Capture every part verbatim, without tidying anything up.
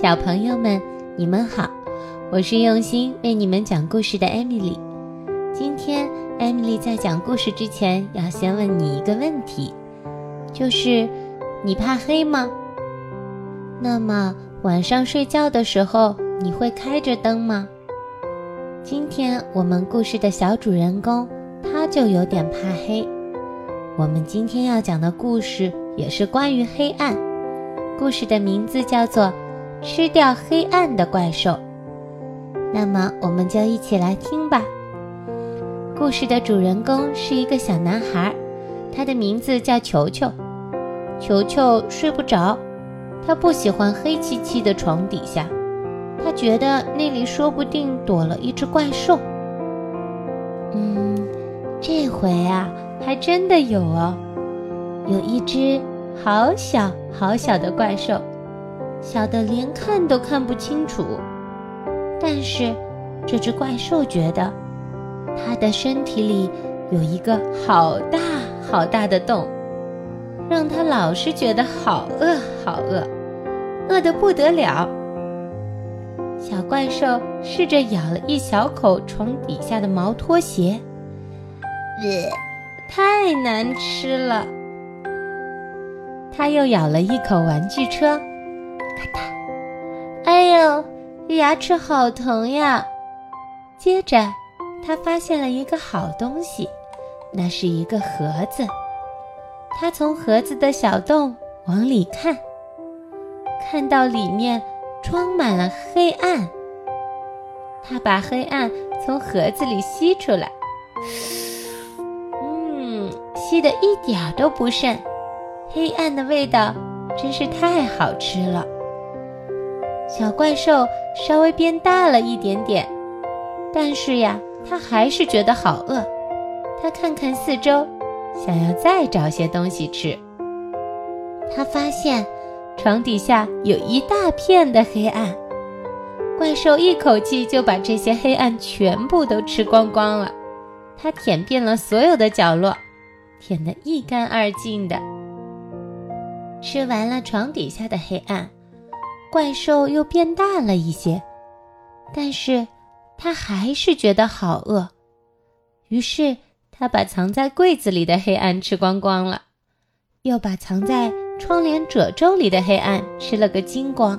小朋友们，你们好，我是用心为你们讲故事的 Emily。 今天 Emily 在讲故事之前要先问你一个问题，就是你怕黑吗？那么晚上睡觉的时候你会开着灯吗？今天我们故事的小主人公他就有点怕黑。我们今天要讲的故事也是关于黑暗，故事的名字叫做吃掉黑暗的怪兽。那么我们就一起来听吧。故事的主人公是一个小男孩，他的名字叫球球。球球睡不着，他不喜欢黑漆漆的床底下，他觉得那里说不定躲了一只怪兽。嗯，这回啊还真的有哦，有一只好小好小的怪兽，小的连看都看不清楚。但是这只怪兽觉得它的身体里有一个好大好大的洞，让它老是觉得好饿好饿，饿得不得了。小怪兽试着咬了一小口床底下的毛拖鞋，呃，太难吃了。它又咬了一口玩具车，咔嗒，哎呦，牙齿好疼呀。接着他发现了一个好东西，那是一个盒子。他从盒子的小洞往里看，看到里面装满了黑暗。他把黑暗从盒子里吸出来，嗯，吸得一点都不剩，黑暗的味道真是太好吃了。小怪兽稍微变大了一点点，但是呀，他还是觉得好饿。他看看四周，想要再找些东西吃。他发现床底下有一大片的黑暗，怪兽一口气就把这些黑暗全部都吃光光了。他舔遍了所有的角落，舔得一干二净的。吃完了床底下的黑暗，怪兽又变大了一些，但是他还是觉得好饿。于是他把藏在柜子里的黑暗吃光光了，又把藏在窗帘褶皱里的黑暗吃了个精光。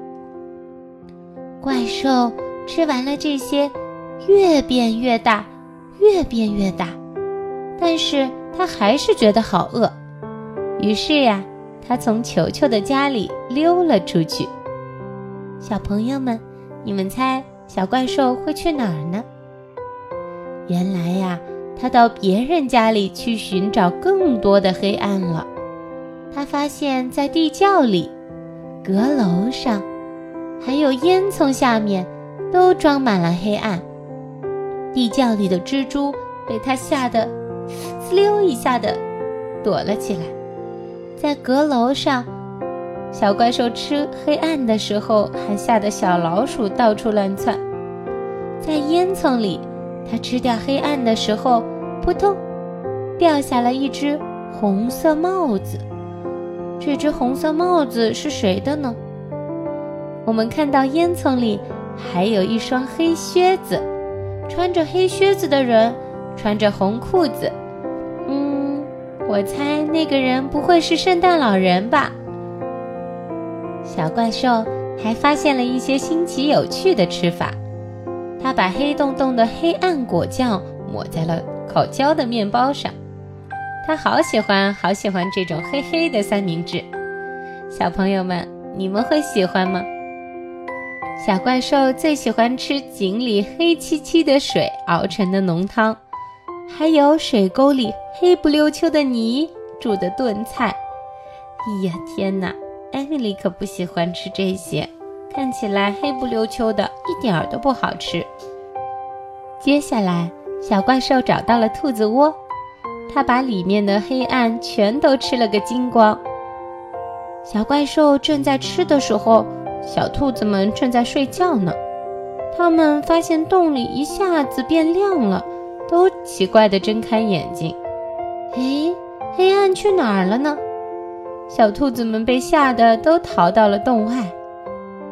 怪兽吃完了这些，越变越大，越变越大，但是他还是觉得好饿。于是呀，他从球球的家里溜了出去。小朋友们，你们猜小怪兽会去哪儿呢？原来呀，他到别人家里去寻找更多的黑暗了。他发现在地窖里、阁楼上，还有烟囱下面都装满了黑暗。地窖里的蜘蛛被他吓得呲溜一下的躲了起来。在阁楼上，小怪兽吃黑暗的时候还吓得小老鼠到处乱窜。在烟囱里，它吃掉黑暗的时候，扑通掉下了一只红色帽子。这只红色帽子是谁的呢？我们看到烟囱里还有一双黑靴子，穿着黑靴子的人穿着红裤子。嗯，我猜那个人不会是圣诞老人吧？小怪兽还发现了一些新奇有趣的吃法。他把黑洞洞的黑暗果酱抹在了烤焦的面包上。他好喜欢好喜欢这种黑黑的三明治。小朋友们，你们会喜欢吗？小怪兽最喜欢吃井里黑漆漆的水熬成的浓汤，还有水沟里黑不溜秋的泥煮的炖菜。哎呀，天哪，艾米丽可不喜欢吃这些，看起来黑不溜秋的，一点儿都不好吃。接下来，小怪兽找到了兔子窝，它把里面的黑暗全都吃了个精光。小怪兽正在吃的时候，小兔子们正在睡觉呢。它们发现洞里一下子变亮了，都奇怪地睁开眼睛。诶，黑暗去哪儿了呢？小兔子们被吓得都逃到了洞外。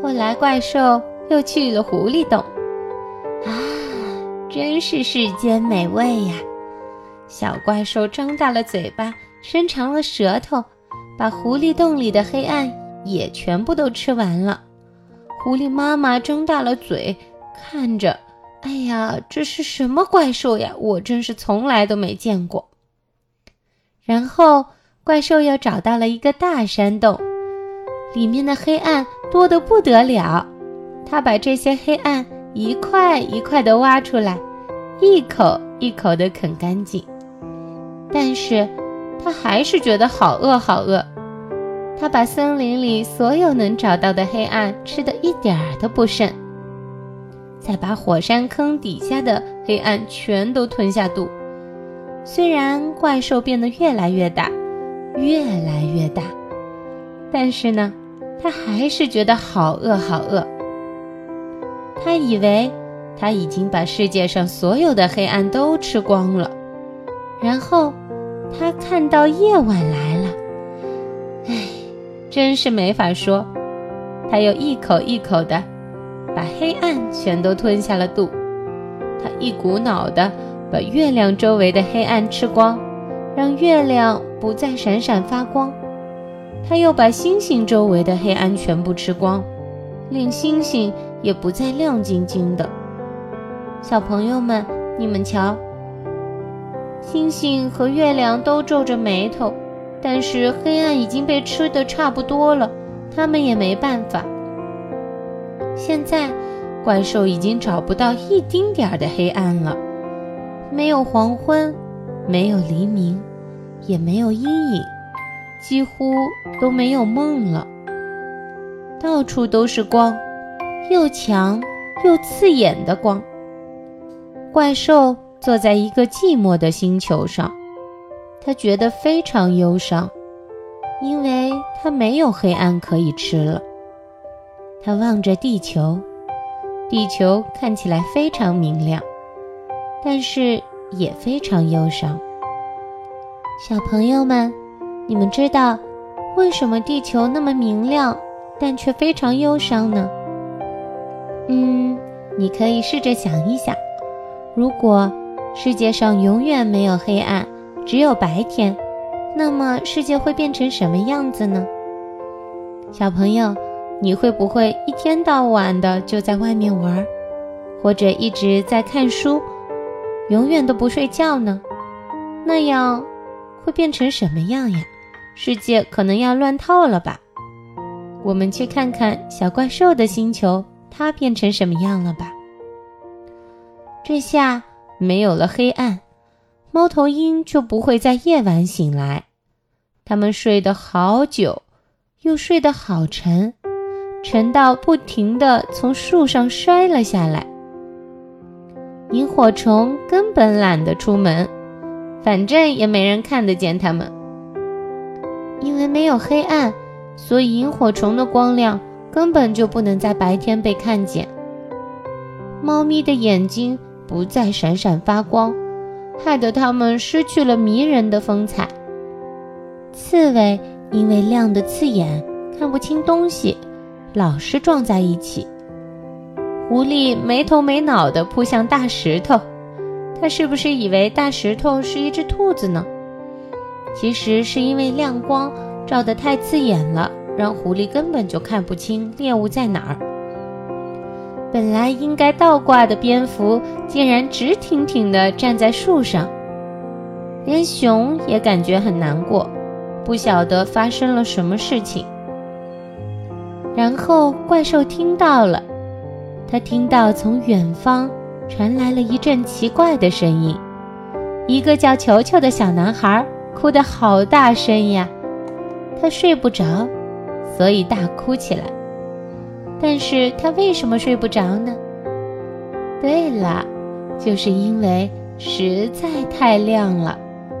后来怪兽又去了狐狸洞。啊，真是世间美味呀！小怪兽张大了嘴巴，伸长了舌头，把狐狸洞里的黑暗也全部都吃完了。狐狸妈妈睁大了嘴看着，哎呀，这是什么怪兽呀？我真是从来都没见过。然后怪兽又找到了一个大山洞，里面的黑暗多得不得了，他把这些黑暗一块一块地挖出来，一口一口地啃干净。但是他还是觉得好饿好饿，他把森林里所有能找到的黑暗吃得一点儿都不剩，再把火山坑底下的黑暗全都吞下肚。虽然怪兽变得越来越大，越来越大，但是呢，他还是觉得好饿好饿。他以为他已经把世界上所有的黑暗都吃光了，然后他看到夜晚来了。唉，真是没法说。他又一口一口的把黑暗全都吞下了肚。他一股脑的把月亮周围的黑暗吃光，让月亮不再闪闪发光。他又把星星周围的黑暗全部吃光，令星星也不再亮晶晶的。小朋友们，你们瞧，星星和月亮都皱着眉头，但是黑暗已经被吃得差不多了，他们也没办法。现在怪兽已经找不到一丁点儿的黑暗了，没有黄昏，没有黎明，也没有阴影，几乎都没有梦了。到处都是光，又强又刺眼的光。怪兽坐在一个寂寞的星球上，他觉得非常忧伤，因为他没有黑暗可以吃了。他望着地球，地球看起来非常明亮，但是也非常忧伤。小朋友们，你们知道为什么地球那么明亮，但却非常忧伤呢？嗯，你可以试着想一想，如果世界上永远没有黑暗，只有白天，那么世界会变成什么样子呢？小朋友，你会不会一天到晚的就在外面玩，或者一直在看书，永远都不睡觉呢？那样会变成什么样呀？世界可能要乱套了吧？我们去看看小怪兽的星球，它变成什么样了吧？这下没有了黑暗，猫头鹰就不会在夜晚醒来。它们睡得好久，又睡得好沉，沉到不停地从树上摔了下来。萤火虫根本懒得出门，反正也没人看得见它们。因为没有黑暗，所以萤火虫的光亮根本就不能在白天被看见。猫咪的眼睛不再闪闪发光，害得它们失去了迷人的风采。刺猬因为亮得刺眼，看不清东西，老是撞在一起。狐狸没头没脑地扑向大石头，它是不是以为大石头是一只兔子呢？其实是因为亮光照得太刺眼了，让狐狸根本就看不清猎物在哪儿。本来应该倒挂的蝙蝠竟然直挺挺地站在树上，连熊也感觉很难过，不晓得发生了什么事情。然后怪兽听到了，他听到从远方传来了一阵奇怪的声音，一个叫球球的小男孩哭得好大声呀，他睡不着，所以大哭起来。但是他为什么睡不着呢？对了，就是因为实在太亮了。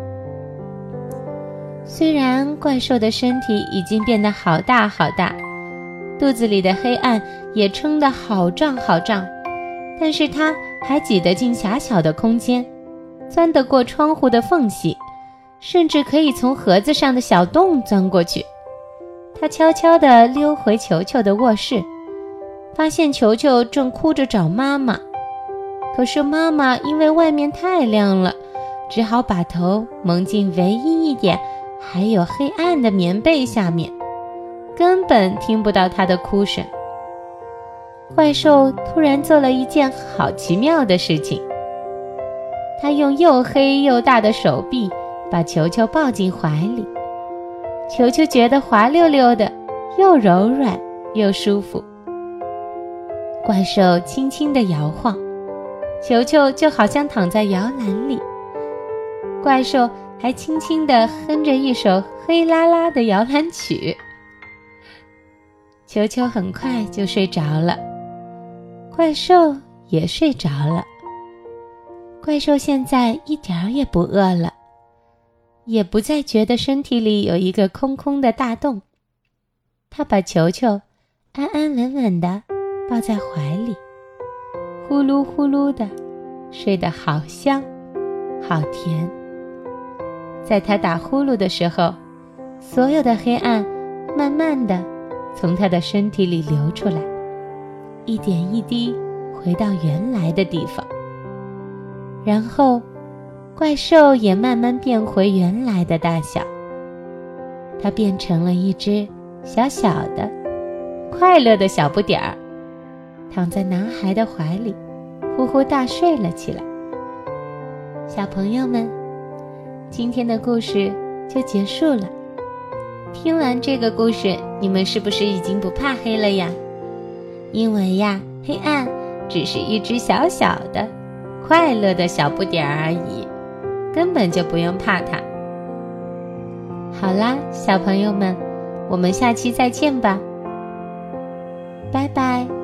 虽然怪兽的身体已经变得好大好大，肚子里的黑暗也撑得好胀好胀，但是它还挤得进狭小的空间，钻得过窗户的缝隙，甚至可以从盒子上的小洞钻过去。它悄悄地溜回球球的卧室， 发现球球正哭着找妈妈。可是妈妈因为外面太亮了，只好把头蒙进唯一一点还有黑暗的棉被下面，根本听不到她的哭声。怪兽突然做了一件好奇妙的事情，他用又黑又大的手臂把球球抱进怀里，球球觉得滑溜溜的，又柔软又舒服。怪兽轻轻地摇晃，球球就好像躺在摇篮里，怪兽还轻轻地哼着一首黑啦啦的摇篮曲。球球很快就睡着了，怪兽也睡着了。怪兽现在一点儿也不饿了，也不再觉得身体里有一个空空的大洞。他把球球安安稳稳地抱在怀里，呼噜呼噜的睡得好香好甜。在他打呼噜的时候，所有的黑暗慢慢地从他的身体里流出来，一点一滴回到原来的地方。然后怪兽也慢慢变回原来的大小，它变成了一只小小的快乐的小不点儿，躺在男孩的怀里呼呼大睡了起来。小朋友们，今天的故事就结束了。听完这个故事，你们是不是已经不怕黑了呀？因为呀，黑暗只是一只小小的快乐的小不点儿而已，根本就不用怕它。好啦，小朋友们，我们下期再见吧，拜拜。